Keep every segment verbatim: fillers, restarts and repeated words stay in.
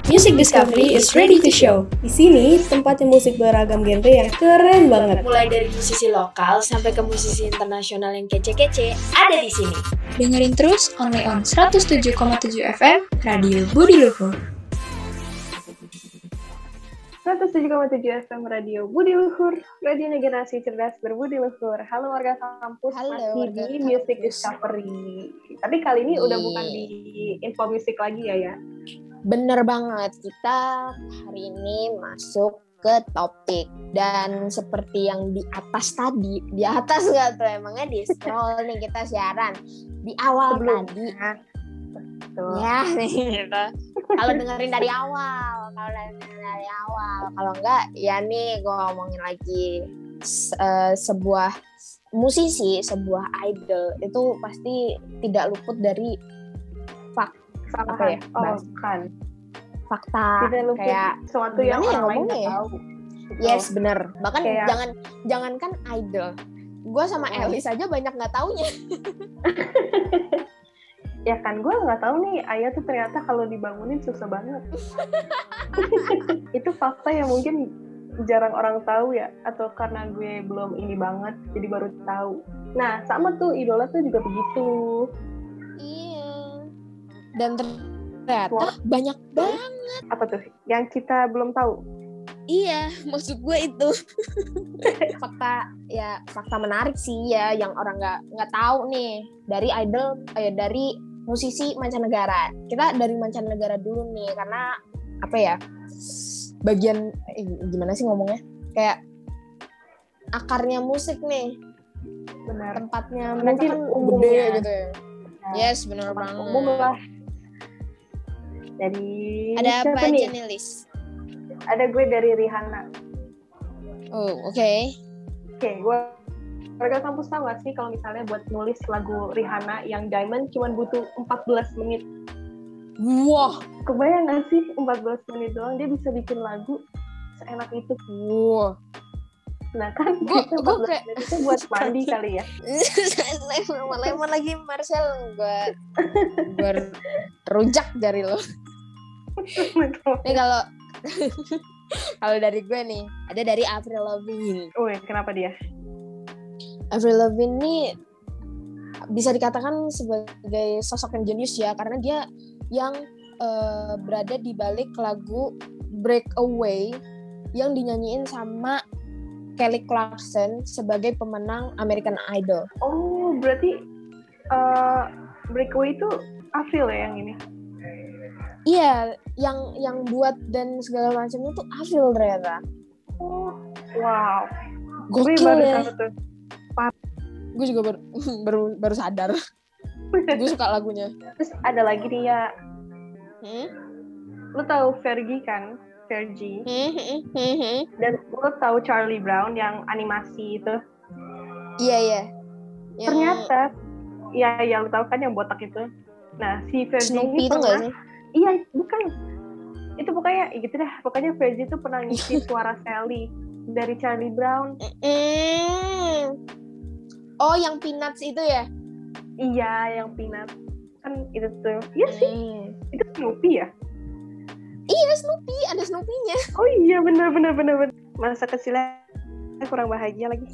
Music Discovery is ready to show. Di sini tempatnya musik beragam genre yang keren banget. Mulai dari musisi lokal sampai ke musisi internasional yang kece-kece ada di sini. Dengerin terus only on seratus tujuh koma tujuh F M Radio Budi Luhur. seratus tujuh koma tujuh F M Radio Budi Luhur, radionya generasi cerdas berbudi luhur. Halo warga kampus, Halo, masih warga di kampus. Music Discovery. Tapi kali ini udah Iya. bukan di info musik lagi ya ya. Bener banget, kita hari ini masuk ke topik. Dan seperti yang di atas tadi, di atas nggak tuh emangnya di scroll nih kita siaran. Di awal tadi, Tuh. ya gitu. Kalau dengerin dari awal, kalau dengerin dari awal, kalau enggak ya nih gue ngomongin lagi Se- eh, sebuah musisi, sebuah idol itu pasti tidak luput dari fak, apa ya, Oh, bahas- kan. fakta Tidak luput kayak sesuatu yang gimana ya orang lain ngomongnya nggak ya? tahu. Gitu. yes bener. Bahkan Kayak- jangan jangankan idol, gue sama Oh. Elis aja banyak nggak taunya. Ya kan, gue nggak tahu nih Ayah tuh ternyata kalau dibangunin susah banget. Itu fakta yang mungkin jarang orang tahu ya, atau karena gue belum ini banget jadi baru tahu. Nah sama tuh idola tuh juga begitu. Iya. Dan ternyata Wah. banyak banget. Apa tuh yang kita belum tahu? Iya, maksud gue itu fakta ya fakta menarik sih ya yang orang nggak nggak tahu nih dari idol eh, dari musisi mancanegara. Kita dari mancanegara dulu nih karena apa ya bagian eh, gimana sih ngomongnya kayak akarnya musik nih Benar. tempatnya Mungkin mereka kan umumnya. gede gitu ya. Nah, Yes, benar tempat banget. umum lah. Dari Ada apa siapa aja nih? nih, Lis? Ada gue dari Rihanna. Oh, oke. Oke, gue warga kampus tahu gak sih kalau misalnya buat nulis lagu Rihanna yang Diamond cuma butuh empat belas menit. Wah, Kebayang gak sih empat belas menit doang dia bisa bikin lagu seenak itu. wah. Nah kan Gua- itu gua empat belas kayak- menit itu buat mandi kali ya. Lemon-lemon lagi Marcel, gue gue rujak dari lo. Nih kalau kalau dari gue nih, ada dari Avril Lavigne. Wih, kenapa dia? Avril Lavigne ini bisa dikatakan sebagai sosok yang jenius ya, karena dia yang eh, berada di balik lagu Breakaway yang dinyanyiin sama Kelly Clarkson sebagai pemenang American Idol. Oh, berarti uh, Breakaway itu Avril ya yang ini? Iya, yang yang buat dan segala macamnya tuh Avril ternyata. Oh, wow. Gue Gokil baru ya. tahu tuh. Gue juga baru baru, baru sadar. Gue suka lagunya. Terus ada lagi nih ya, Hmm? lu tahu Fergie kan? Fergie. Hmm, hmm, hmm, hmm. Dan lu tahu Charlie Brown yang animasi itu? Iya, iya. Yang Ternyata, ya ya lu tahu kan yang botak itu. Nah, si Fergie Snoopy ini itu nggak sih? Iya, bukan. Itu pokoknya ya gitu dah. Pokoknya Fergie itu pernah ngisi suara Sally dari Charlie Brown. Hmm. Oh, yang Peanuts itu ya? Iya, yang Peanut. Kan itu tuh. Iya sih, Hmm. itu Snoopy ya? Iya, Snoopy, ada Snoopy-nya. Oh iya, benar benar benar benar. Masa kecilnya kurang bahagia lagi.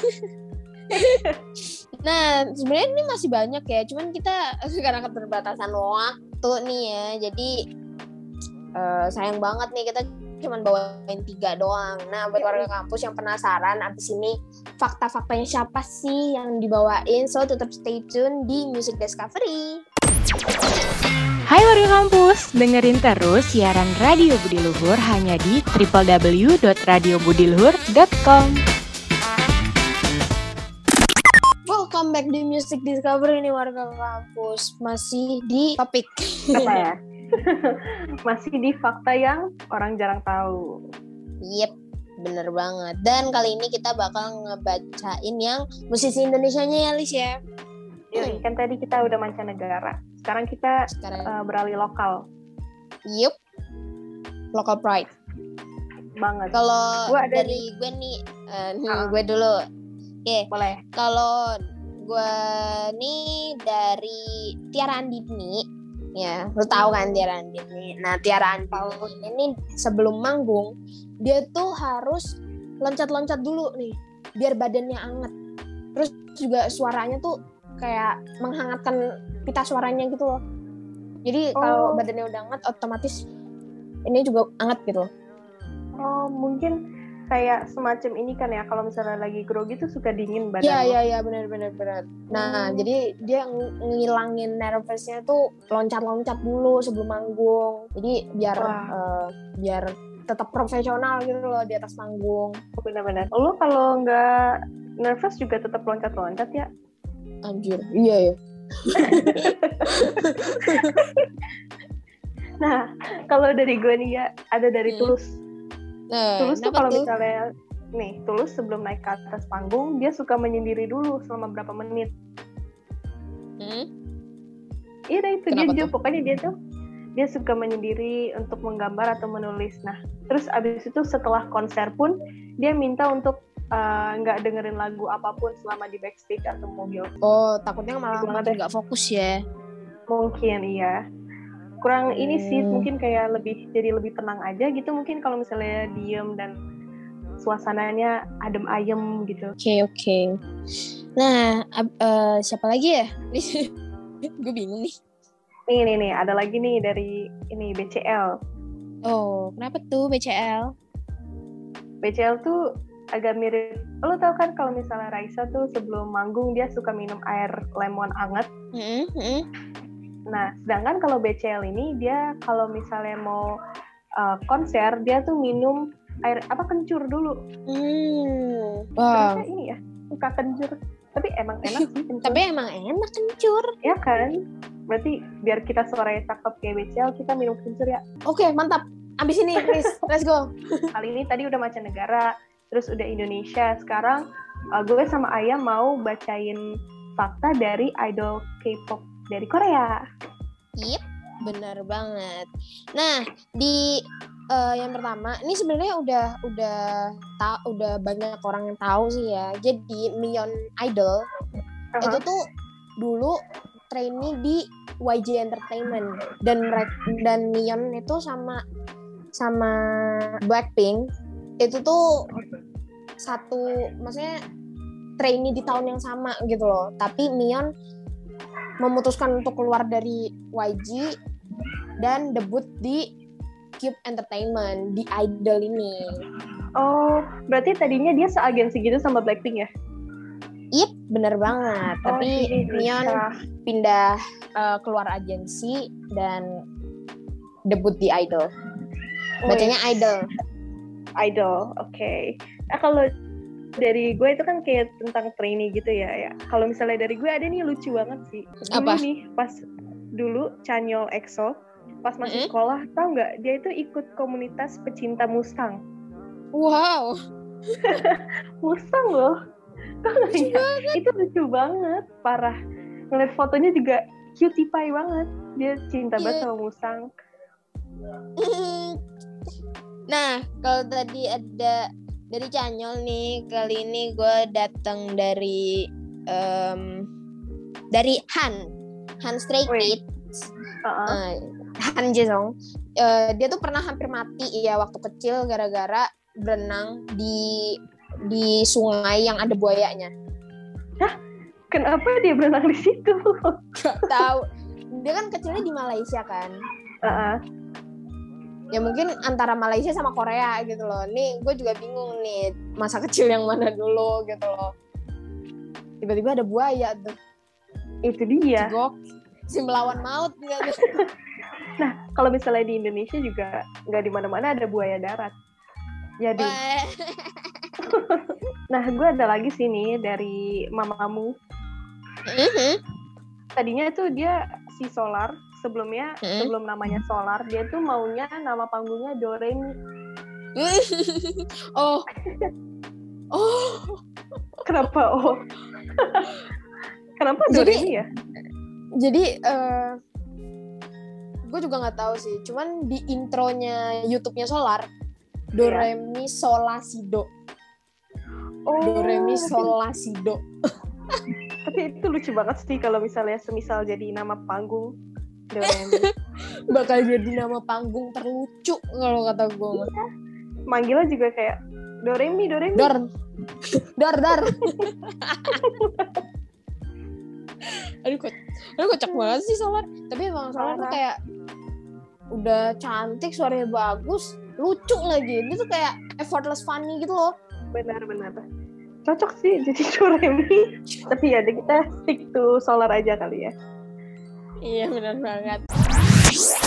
Nah, sebenarnya ini masih banyak ya, cuman kita karena keterbatasan waktu nih ya, jadi eh, sayang banget nih kita cuman bawain tiga doang. Nah, buat warga kampus yang penasaran abis ini fakta-faktanya siapa sih yang dibawain, so tetap stay tune di Music Discovery. Hai warga kampus, dengerin terus siaran Radio Budi Luhur hanya di w w w dot radio budiluhur dot com. Welcome back di Music Discovery nih warga kampus, masih di topik. Apa ya? Masih di fakta yang orang jarang tahu. Yep, bener banget. Dan kali ini kita bakal ngebacain yang musisi Indonesianya ya, Lis ya. Yoi, kan tadi kita udah mancanegara. Sekarang kita Sekarang, uh, beralih lokal yup, local pride. banget. Kalau Gua ada dari gue nih, eh, nih, Ah. gue dulu. Oke, Boleh. kalau gue nih dari Tiara Andini, Ya, lu tahu kan Tiara Andin nih. Nah, Tiara Andin ini sebelum manggung, dia tuh harus loncat-loncat dulu nih, biar badannya anget. Terus juga suaranya tuh kayak menghangatkan pita suaranya gitu loh. Jadi Oh. kalau badannya udah anget, otomatis ini juga anget gitu loh. Oh, mungkin kayak semacam ini kan ya, kalau misalnya lagi grogi tuh suka dingin badan. Iya, lo. iya, iya, benar, benar, benar. Nah, Hmm. jadi dia ng- ngilangin nervousnya tuh loncat-loncat dulu sebelum manggung. Jadi biar Wah. eh, biar tetap profesional gitu loh di atas panggung. Benar-benar. Lo kalau nggak nervous juga tetap loncat-loncat ya? Anjir, iya ya. Nah, kalau dari gue nih ya, ada dari Hmm. Tulus. Nah, Tulus tuh kenapa kalau tuh? misalnya, nih, Tulus sebelum naik ke atas panggung, dia suka menyendiri dulu selama berapa menit. Hmm? Iya deh, itu dia, Kenapa dia tuh? pokoknya dia tuh, dia suka menyendiri untuk menggambar atau menulis. Nah, terus abis itu setelah konser pun, dia minta untuk uh, nggak dengerin lagu apapun selama di backstage atau mobil. Oh, takutnya malah Gimana makin deh? nggak fokus ya. Mungkin iya. Kurang ini sih, Hmm. mungkin kayak lebih jadi lebih tenang aja gitu. Mungkin kalau misalnya diem dan suasananya adem ayem gitu. Oke, oke. Nah, ab- eh, siapa lagi ya? Gue bingung nih. Nih nih nih, ada lagi nih dari ini B C L. Oh, kenapa tuh B C L? B C L tuh agak mirip. Lo tau kan kalau misalnya Raisa tuh sebelum manggung dia suka minum air lemon anget. Hmm, hmm. Nah, sedangkan kalau B C L ini dia kalau misalnya mau uh, konser dia tuh minum air apa kencur dulu. Hmm. Wow. Ternyata ini ya suka kencur. Tapi emang enak sih kencur. Tapi emang enak kencur. Ya kan? Berarti biar kita suaranya cakep kayak B C L kita minum kencur ya. Oke, mantap. Abis ini, please. Let's go. Kali ini tadi udah mancanegara, terus udah Indonesia. Sekarang uh, gue sama Ayah mau bacain fakta dari idol K-pop dari Korea. Yep, benar banget. Nah, di uh, yang pertama, ini sebenarnya udah udah ta- udah banyak orang yang tahu sih ya. Jadi Mion Idol Uh-huh. itu tuh dulu trainee di Y G Entertainment dan Red- dan Mion itu sama sama Blackpink itu tuh satu, maksudnya trainee di tahun yang sama gitu loh. Tapi Mion memutuskan untuk keluar dari Y G dan debut di Cube Entertainment di Idol ini. Oh, berarti tadinya dia seagensi gitu sama Blackpink ya? Yep, bener banget. Oh, Tapi jadi Mion bisa. pindah uh, keluar agensi dan debut di Idol. Bacanya Wih, Idol. Idol, oke. Nah, kalau dari gue itu kan kayak tentang trainee gitu ya. ya. Kalau misalnya dari gue ada nih lucu banget sih. Dulu Apa? nih, pas dulu Chanyeol E X O, pas masih Mm-mm. sekolah, tau nggak? Dia itu ikut komunitas pecinta Mustang. Wow. Mustang loh. Tau nggak ya? Itu lucu banget, parah. Ngeliat fotonya juga cutie pie banget. Dia cinta banget Iya. sama Mustang. Nah, kalau tadi ada dari Chanyeol nih, kali ini gue datang dari um, dari Han, Han Stray Wih. Kids, Uh-uh. uh, Han Jae-sung. Uh, dia tuh pernah hampir mati ya waktu kecil gara-gara berenang di di sungai yang ada buayanya. Kenapa dia berenang di situ? Gak tahu. Dia kan kecilnya di Malaysia kan. Uh-uh. Ya mungkin antara Malaysia sama Korea gitu loh. Nih gue juga bingung nih masa kecil yang mana dulu gitu loh. Tiba-tiba ada buaya tuh. Itu dia. Gok. Si melawan maut nggak tuh? Nah, kalau misalnya di Indonesia juga nggak di mana-mana ada buaya darat. Jadi, Wah. nah gue ada lagi sini dari mamamu. Mhm. Tadinya tuh dia si Solar, sebelumnya Hmm. sebelum namanya Solar, dia tuh maunya nama panggungnya Doremi. Oh. Oh. Kenapa? Oh. Kenapa Jadi- Doremi ya? Jadi eh gue juga nggak tahu sih. Cuman di intronya YouTube-nya Solar, Do Iya. Re Mi Sol La Si Do. Oh. Do Re Mi Sol La Si Do. Tapi itu lucu banget sih kalau misalnya semisal jadi nama panggung. Doremi. Bakal jadi nama panggung terlucu kalau kata gue. Manggilnya juga kayak Doremi, Doremi. Dor. Dor, dor. Aduh, kok, aduh kocak banget sih Solar. Tapi emang Solar tuh Parah. kayak udah cantik, suaranya bagus, lucu lagi. Dia tuh kayak effortless funny gitu loh. Benar-benar. Cocok sih jadi Doremi. Tapi ya deh, kita stick to Solar aja kali ya. Iya benar banget.